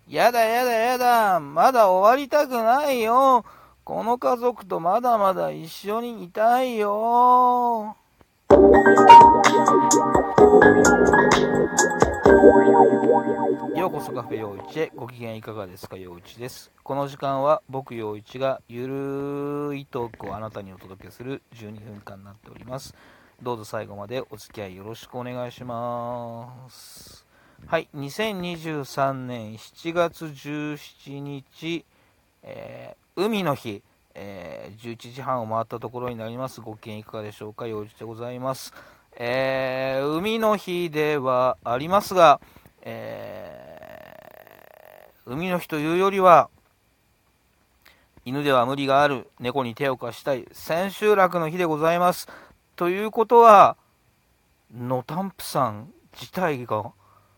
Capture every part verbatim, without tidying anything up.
やだやだやだ、まだ終わりたくないよ。この家族とまだまだ一緒にいたいよ。ようこそカフェ陽一へ。ご機嫌いかがですか？陽一です。この時間は僕陽一がゆるいトークをあなたにお届けするじゅうにふんかんになっております。どうぞ最後までお付き合いよろしくお願いします。はい、にせんにじゅうさんねんしちがつじゅうしちにち、えー、海の日、えー、じゅういちじはんを回ったところになります。ご機嫌いかがでしょうか？陽一でございます。えー、海の日ではありますが、えー、海の日というよりは、犬では無理がある、猫に手を貸したい、千秋楽の日でございます。ということは、のたんぷさん自体が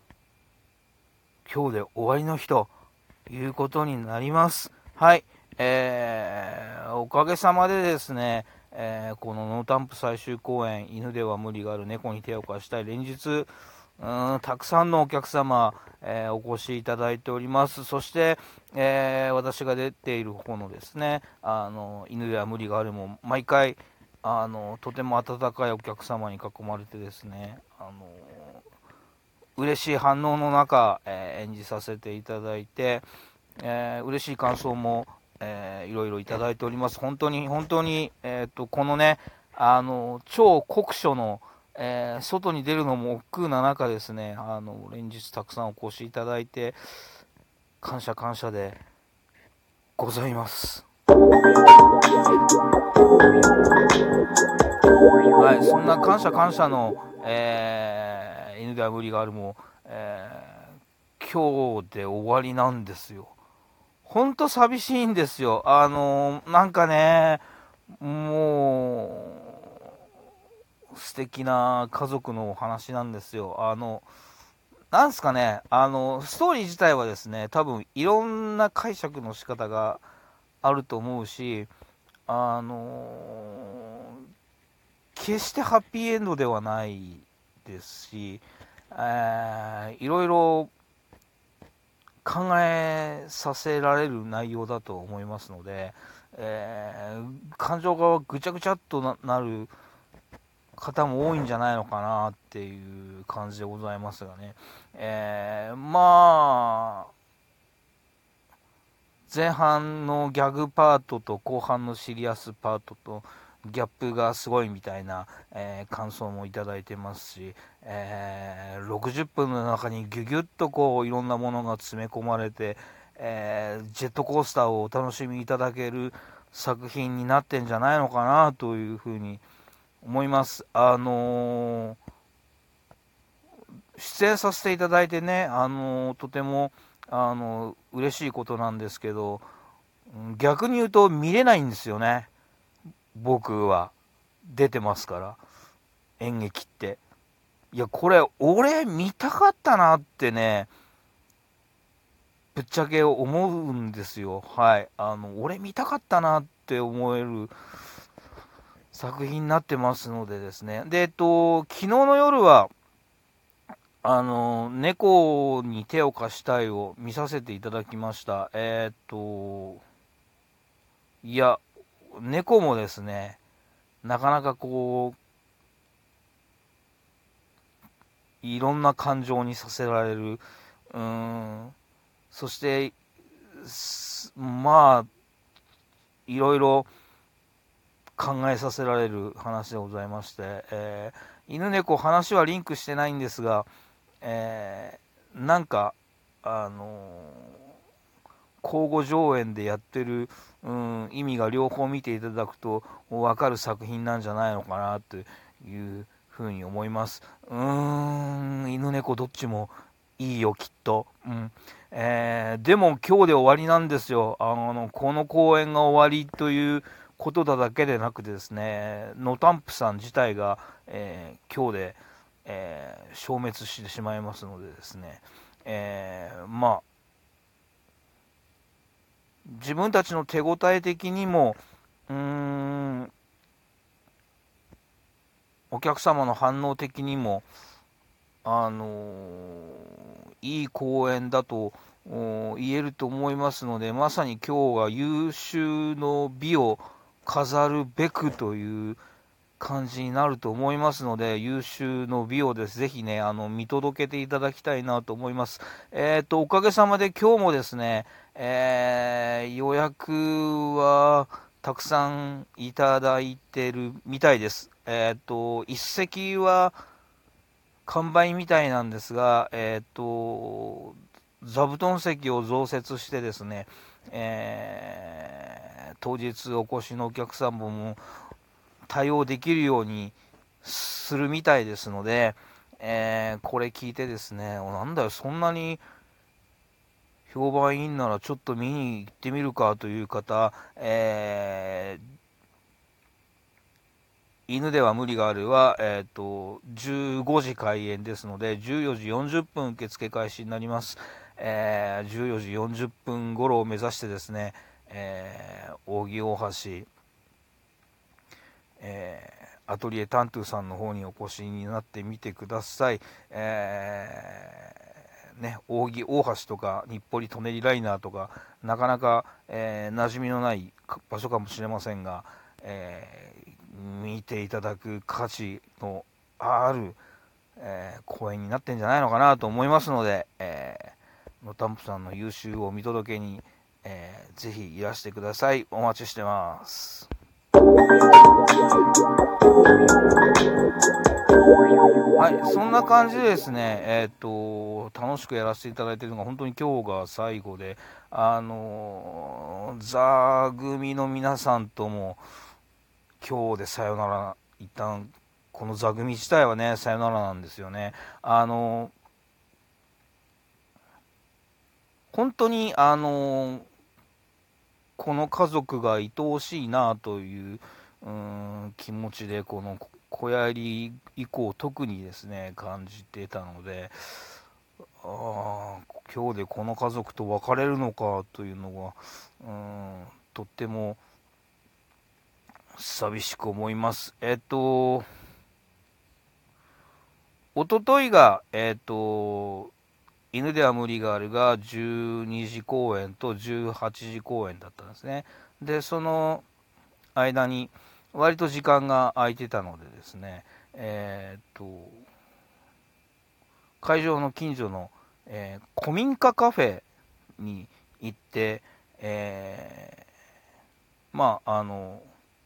今日で終わりの日ということになります。はい、えー、おかげさまでですね、えー、このノータンプ最終公演、犬では無理がある、猫に手を貸したい、連日うーんたくさんのお客様、えー、お越しいただいております。そして、えー、私が出ている方のですね、あの犬では無理があるも毎回あのとても温かいお客様に囲まれてですね、あの嬉しい反応の中、えー、演じさせていただいて、えー、嬉しい感想も、えー、いろいろいただいております。本当に本当に、えー、とこのね、あの超酷暑の、えー、外に出るのも億劫な中ですね、あの連日たくさんお越しいただいて感謝感謝でございます。はい、そんな感謝感謝の、えー、犬では無理があるも、えー、今日で終わりなんですよ。ほんと寂しいんですよ。あのー、なんかね、もう、素敵な家族のお話なんですよ。あの、なんすかね、あの、ストーリー自体はですね、多分いろんな解釈の仕方があると思うし、あのー、決してハッピーエンドではないですし、えー、いろいろ考えさせられる内容だと思いますので、えー、感情がぐちゃぐちゃっと な, なる方も多いんじゃないのかなっていう感じでございますがね、えー、まあ前半のギャグパートと後半のシリアスパートとギャップがすごいみたいな、えー、感想もいただいてますし、えー、ろくじゅっぷんの中にギュギュッとこういろんなものが詰め込まれて、えー、ジェットコースターをお楽しみいただける作品になってんじゃないのかなというふうに思います。あのー、出演させていただいてね、あのー、とてもあの嬉しいことなんですけど、逆に言うと見れないんですよね。僕は出てますから、演劇って。いやこれ俺見たかったなってね、ぶっちゃけ思うんですよ。はい、あの俺見たかったなって思える作品になってますのでですね。でえっと昨日の夜はあの猫に手を貸したいを見させていただきました。えー、っといや猫もですね、なかなかこういろんな感情にさせられる、うーん、そしてまあいろいろ考えさせられる話でございまして、えー、犬猫話はリンクしてないんですが、えー、なんかあのー、交互上演でやってる、うん、意味が両方見ていただくと分かる作品なんじゃないのかなというふうに思います。うーん、犬猫どっちもいいよきっと、うんえー、でも今日で終わりなんですよ。あのこの公演が終わりということだだけでなくてですね、ノタンプさん自体が、えー、今日で、えー、消滅してしまいますのでですね、えー、まあ自分たちの手応え的にもうーんお客様の反応的にもあのー、いい公演だと言えると思いますので、まさに今日は優秀の美を飾るべくという感じになると思いますので、優秀の美をです。ぜひね、あの、見届けていただきたいなと思います。えっと、おかげさまで今日もですね、えー、予約はたくさんいただいてるみたいです。えっと、一席は完売みたいなんですが、えっと、座布団席を増設してですね、えー、当日お越しのお客様も対応できるようにするみたいですので、えー、これ聞いてですね、なんだよ、そんなに評判いいんならちょっと見に行ってみるかという方、えー、犬では無理があるは、えーと、じゅうごじ開演ですので、じゅうよじよんじゅっぷん受付開始になります。えー、じゅうよじよんじゅっぷん頃を目指してですね、えー、扇大橋、えーアトリエタントゥさんの方にお越しになってみてください。えーね、扇大橋とか日暮里・舎人ライナーとかなかなか、えー、馴染みのない場所かもしれませんが、えー、見ていただく価値のある、えー、公演になってんじゃないのかなと思いますので、えー、のたんぷさんの優秀を見届けに、えー、ぜひいらしてください。お待ちしてます。はい、そんな感じでですね、えっと、楽しくやらせていただいているのが、本当に今日が最後で、あの、座組の皆さんとも、今日でさよなら、一旦、この座組自体はね、さよならなんですよね。あの、本当に、あの、この家族が愛おしいなという、うん、気持ちで、この小槍以降特にですね感じてたので、あ今日でこの家族と別れるのかというのが、うん、とっても寂しく思います。えっと一昨日がえっと犬では無理があるがじゅうにじ公演とじゅうはちじ公演だったんですね。でその間に割と時間が空いてたのでですね、えー、っと会場の近所の、えー、古民家カフェに行って、えー、まああの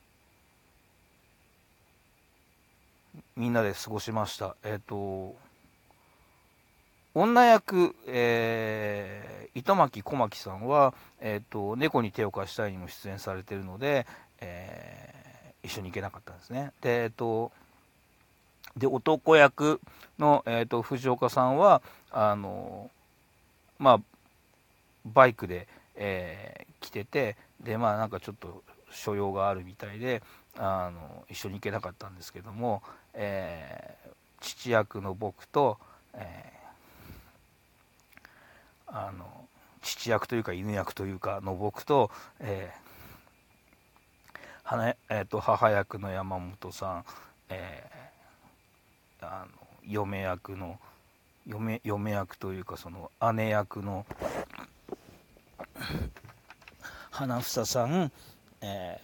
みんなで過ごしました。えー、っと女役、えー、糸巻小牧さんは、えー、と猫に手を貸したいにも出演されているので、えー、一緒に行けなかったんですね。で、えー、とで男役の、えー、と藤岡さんはあの、まあ、バイクで、えー来てて、でまあなんかちょっと所用があるみたいであの一緒に行けなかったんですけども、えー父役の僕と、えーあの父役というか犬役というかの僕と、えーはえー、と母役の山本さん、えーあの嫁役の嫁嫁役というかその姉役の花房さん、え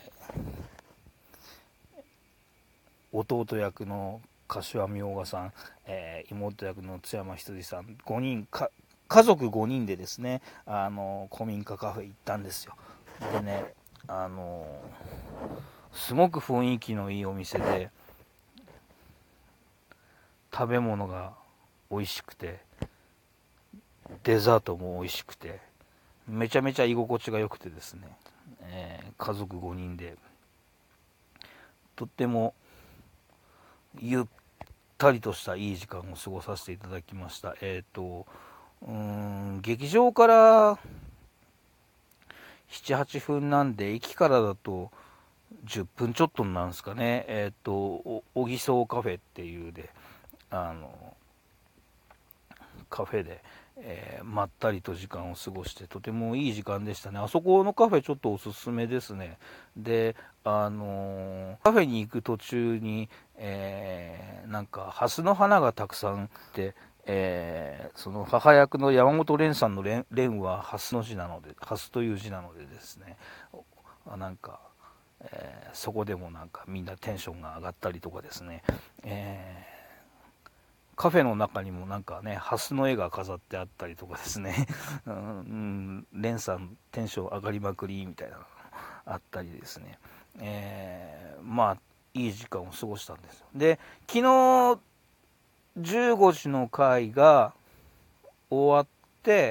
ー弟役の柏みょうがさん、えー妹役の津山ひつじさん、ごにんか家族ごにんでですね、あの古民家カフェ行ったんですよ。でね、あのすごく雰囲気のいいお店で、食べ物が美味しくて、デザートも美味しくて、めちゃめちゃ居心地が良くてですね、えー家族ごにんでとってもゆったりとしたいい時間を過ごさせていただきました。えっ、とうーん劇場からなな、はちふんなんで、駅からだとじゅっぷんちょっとなんですかね。えっ、とおおぎそうカフェっていうで、あのカフェで、えーまったりと時間を過ごして、とてもいい時間でしたね。あそこのカフェちょっとおすすめですね。で、あのーカフェに行く途中に、えーなんかハスの花がたくさんあって、 えーその母役の山本蓮さんの蓮蓮はハスの字なので、ハスという字なのでですね、あなんか、えーそこでもなんかみんなテンションが上がったりとかですね、えーカフェの中にもなんかね、ハスの絵が飾ってあったりとかですね、うん、レンさんテンション上がりまくりみたいなのがあったりですね、えーまあ、いい時間を過ごしたんですよ。で、昨日、じゅうごじの回が終わって、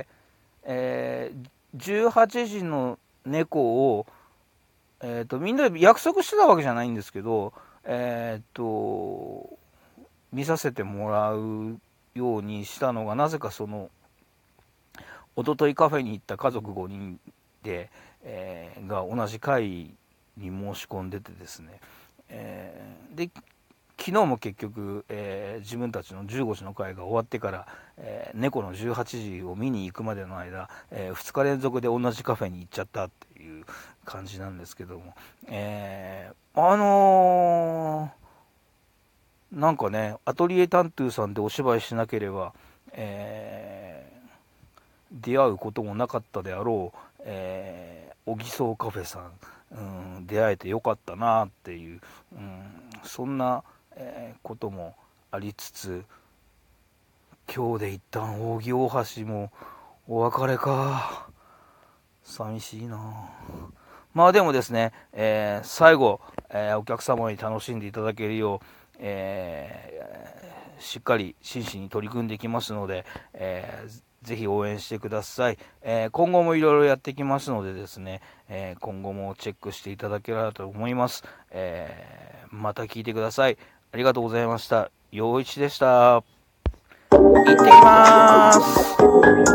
えーじゅうはちじの猫を、えーと、みんなで約束してたわけじゃないんですけど、えーと、見させてもらうようにしたのが、なぜかその一昨日カフェに行った家族ごにんで、えーが同じ会に申し込んでてですね、えーで昨日も結局、えー自分たちのじゅうごじの会が終わってから、えー猫のじゅうはちじを見に行くまでの間、えーふつか連続で同じカフェに行っちゃったっていう感じなんですけども、えーあのーなんかね、アトリエタントゥーさんでお芝居しなければ、えー出会うこともなかったであろう、えー、小木曽カフェさん、うん、出会えてよかったなっていう、うん、そんな、えーこともありつつ、今日で一旦扇大橋もお別れか。寂しいな。まあでもですね、えー最後、えーお客様に楽しんでいただけるよう、えーしっかり真摯に取り組んでいきますので、えーぜひ応援してください。えー今後もいろいろやっていきますのでですね、えー今後もチェックしていただければと思います。えーまた聞いてください。ありがとうございました。陽一でした。行ってきます。